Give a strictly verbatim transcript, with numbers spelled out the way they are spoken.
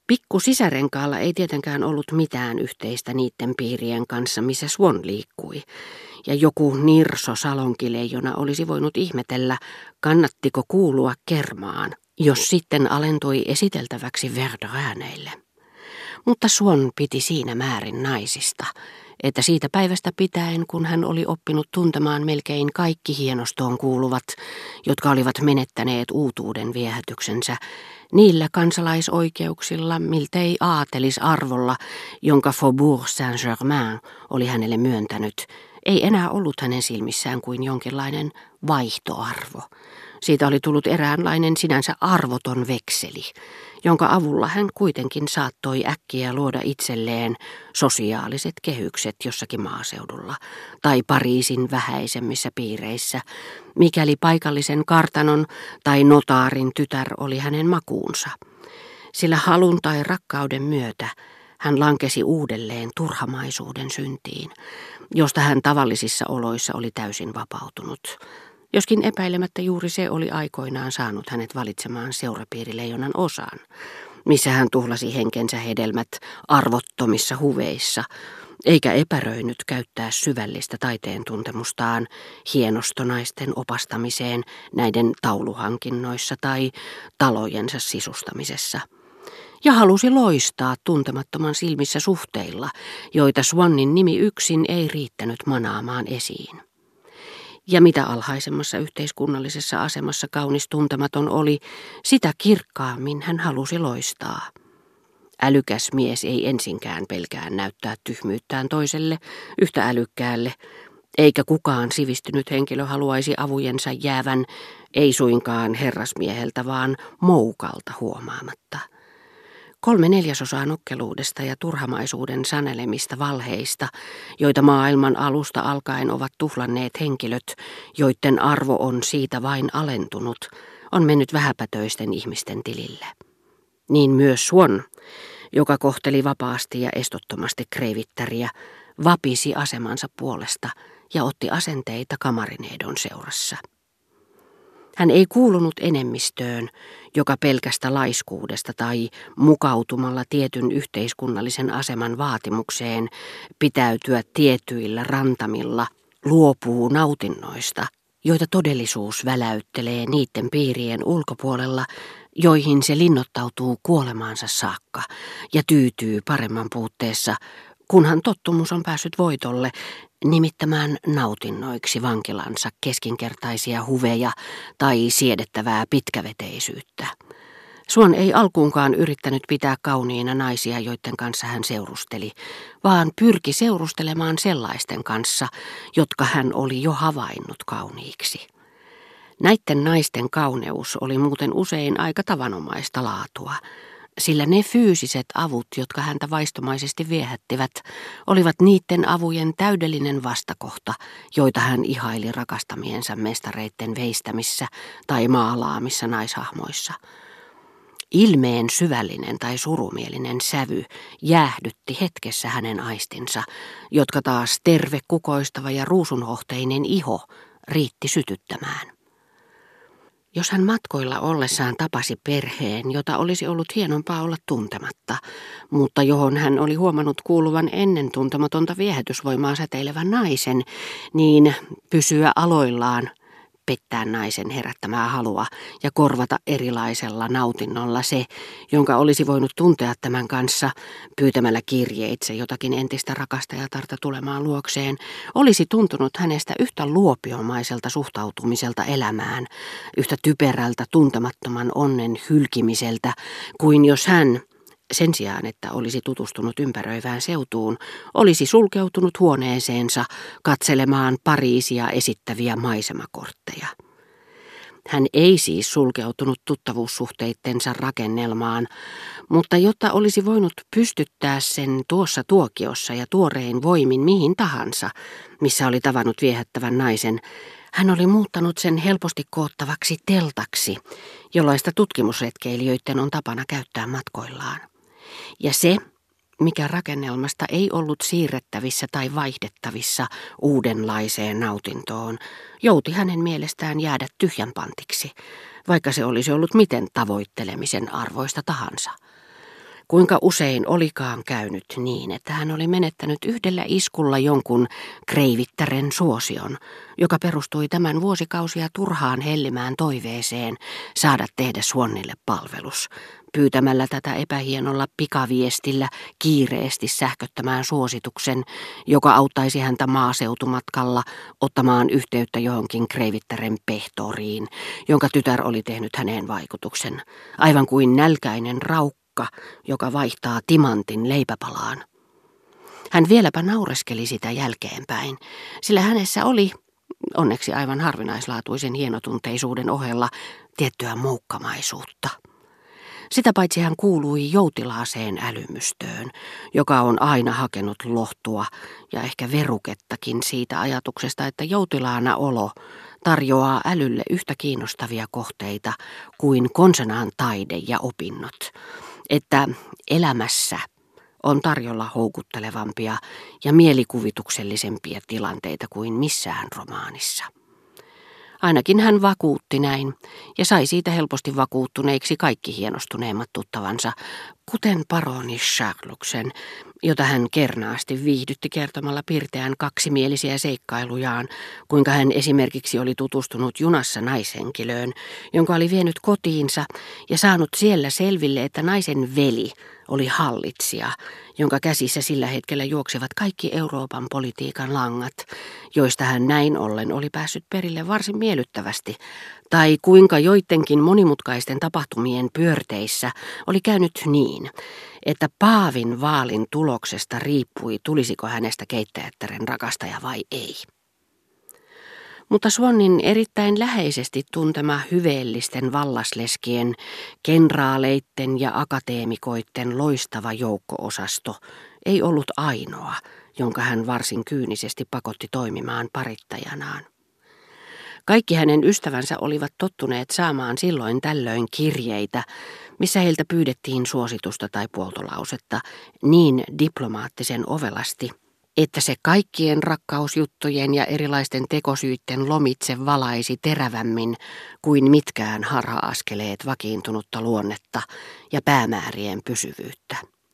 Pikku sisärenkaalla ei tietenkään ollut mitään yhteistä niiden piirien kanssa, missä Swan liikkui, ja joku nirso salonkileijona olisi voinut ihmetellä, kannattiko kuulua kermaan, jos sitten alentoi esiteltäväksi Verdrääneille. Mutta Swan piti siinä määrin naisista, että siitä päivästä pitäen, kun hän oli oppinut tuntemaan melkein kaikki hienostoon kuuluvat, jotka olivat menettäneet uutuuden viehätyksensä, niillä kansalaisoikeuksilla, miltei aatelisarvolla, jonka Faubourg Saint-Germain oli hänelle myöntänyt, ei enää ollut hänen silmissään kuin jonkinlainen vaihtoarvo. Siitä oli tullut eräänlainen sinänsä arvoton vekseli, jonka avulla hän kuitenkin saattoi äkkiä luoda itselleen sosiaaliset kehykset jossakin maaseudulla tai Pariisin vähäisemmissä piireissä, mikäli paikallisen kartanon tai notaarin tytär oli hänen makuunsa. Sillä halun tai rakkauden myötä hän lankesi uudelleen turhamaisuuden syntiin, josta hän tavallisissa oloissa oli täysin vapautunut. Joskin epäilemättä juuri se oli aikoinaan saanut hänet valitsemaan seurapiirileijonan osan, missä hän tuhlasi henkensä hedelmät arvottomissa huveissa, eikä epäröinyt käyttää syvällistä taiteen tuntemustaan hienostonaisten opastamiseen näiden tauluhankinnoissa tai talojensa sisustamisessa. Ja halusi loistaa tuntemattoman silmissä suhteilla, joita Swannin nimi yksin ei riittänyt manaamaan esiin. Ja mitä alhaisemmassa yhteiskunnallisessa asemassa kaunis tuntematon oli, sitä kirkkaammin hän halusi loistaa. Älykäs mies ei ensinkään pelkää näyttää tyhmyyttään toiselle yhtä älykkäälle, eikä kukaan sivistynyt henkilö haluaisi avujensa jäävän ei suinkaan herrasmieheltä, vaan moukalta huomaamatta. Kolme neljäsosaa nokkeluudesta ja turhamaisuuden sanelemista valheista, joita maailman alusta alkaen ovat tuhlanneet henkilöt, joiden arvo on siitä vain alentunut, on mennyt vähäpätöisten ihmisten tilille. Niin myös Swan, joka kohteli vapaasti ja estottomasti kreivittäriä, vapisi asemansa puolesta ja otti asenteita kamarineidon seurassa. Hän ei kuulunut enemmistöön, joka pelkästä laiskuudesta tai mukautumalla tietyn yhteiskunnallisen aseman vaatimukseen pitäytyä tietyillä rantamilla luopuu nautinnoista, joita todellisuus väläyttelee niiden piirien ulkopuolella, joihin se linnoittautuu kuolemaansa saakka ja tyytyy paremman puutteessa, kunhan tottumus on päässyt voitolle, nimittämään nautinnoiksi vankilansa keskinkertaisia huveja tai siedettävää pitkäveteisyyttä. Swan ei alkuunkaan yrittänyt pitää kauniina naisia, joiden kanssa hän seurusteli, vaan pyrki seurustelemaan sellaisten kanssa, jotka hän oli jo havainnut kauniiksi. Näiden naisten kauneus oli muuten usein aika tavanomaista laatua, sillä ne fyysiset avut, jotka häntä vaistomaisesti viehättivät, olivat niiden avujen täydellinen vastakohta, joita hän ihaili rakastamiensa mestareitten veistämissä tai maalaamissa naishahmoissa. Ilmeen syvällinen tai surumielinen sävy jäähdytti hetkessä hänen aistinsa, jotka taas terve, kukoistava ja ruusunhohteinen iho riitti sytyttämään. Jos hän matkoilla ollessaan tapasi perheen, jota olisi ollut hienompaa olla tuntematta, mutta johon hän oli huomannut kuuluvan ennen tuntematonta viehätysvoimaa säteilevän naisen, niin pysyä aloillaan, pettää naisen herättämää halua ja korvata erilaisella nautinnolla se, jonka olisi voinut tuntea tämän kanssa, pyytämällä kirjeitse jotakin entistä rakastajatarta tulemaan luokseen, olisi tuntunut hänestä yhtä luopiomaiselta suhtautumiselta elämään, yhtä typerältä tuntemattoman onnen hylkimiseltä, kuin jos hän, sen sijaan, että olisi tutustunut ympäröivään seutuun, olisi sulkeutunut huoneeseensa katselemaan Pariisia esittäviä maisemakortteja. Hän ei siis sulkeutunut tuttavuussuhteittensa rakennelmaan, mutta jotta olisi voinut pystyttää sen tuossa tuokiossa ja tuorein voimin mihin tahansa, missä oli tavannut viehättävän naisen, hän oli muuttanut sen helposti koottavaksi teltaksi, jollaista tutkimusretkeilijöiden on tapana käyttää matkoillaan. Ja se, mikä rakennelmasta ei ollut siirrettävissä tai vaihdettavissa uudenlaiseen nautintoon, jouti hänen mielestään jäädä tyhjän pantiksi, vaikka se olisi ollut miten tavoittelemisen arvoista tahansa. Kuinka usein olikaan käynyt niin, että hän oli menettänyt yhdellä iskulla jonkun kreivittären suosion, joka perustui tämän vuosikausia turhaan hellimään toiveeseen saada tehdä Swannille palvelus, pyytämällä tätä epähienolla pikaviestillä kiireesti sähköttämään suosituksen, joka auttaisi häntä maaseutumatkalla ottamaan yhteyttä johonkin kreivittären pehtoriin, jonka tytär oli tehnyt häneen vaikutuksen, aivan kuin nälkäinen raukka, joka vaihtaa timantin leipäpalaan. Hän vieläpä naureskeli sitä jälkeenpäin, sillä hänessä oli, onneksi aivan harvinaislaatuisen hienotunteisuuden ohella, tiettyä moukkamaisuutta. Sitä paitsi hän kuului joutilaaseen älymystöön, joka on aina hakenut lohtua ja ehkä verukettakin siitä ajatuksesta, että joutilaana olo tarjoaa älylle yhtä kiinnostavia kohteita kuin konsanaan taide ja opinnot, että elämässä on tarjolla houkuttelevampia ja mielikuvituksellisempia tilanteita kuin missään romaanissa. Ainakin hän vakuutti näin, ja sai siitä helposti vakuuttuneiksi kaikki hienostuneemmat tuttavansa, kuten paroni Sherlocksen, jota hän kernaasti viihdytti kertomalla pirteän kaksimielisiä seikkailujaan, kuinka hän esimerkiksi oli tutustunut junassa naishenkilöön, jonka oli vienyt kotiinsa ja saanut siellä selville, että naisen veli oli hallitsija, jonka käsissä sillä hetkellä juoksevat kaikki Euroopan politiikan langat, joista hän näin ollen oli päässyt perille varsin miellyttävästi, tai kuinka joidenkin monimutkaisten tapahtumien pyörteissä oli käynyt niin, että paavin vaalin tuloksesta riippui, tulisiko hänestä keittäjättären rakastaja vai ei. Mutta Swannin erittäin läheisesti tuntema hyveellisten vallasleskien, kenraaleitten ja akateemikoitten loistava joukko-osasto ei ollut ainoa, jonka hän varsin kyynisesti pakotti toimimaan parittajanaan. Kaikki hänen ystävänsä olivat tottuneet saamaan silloin tällöin kirjeitä, missä heiltä pyydettiin suositusta tai puoltolausetta niin diplomaattisen ovelasti, että se kaikkien rakkausjuttujen ja erilaisten tekosyytten lomitse valaisi terävämmin kuin mitkään harha-askeleet vakiintunutta luonnetta ja päämäärien pysyvyyttä.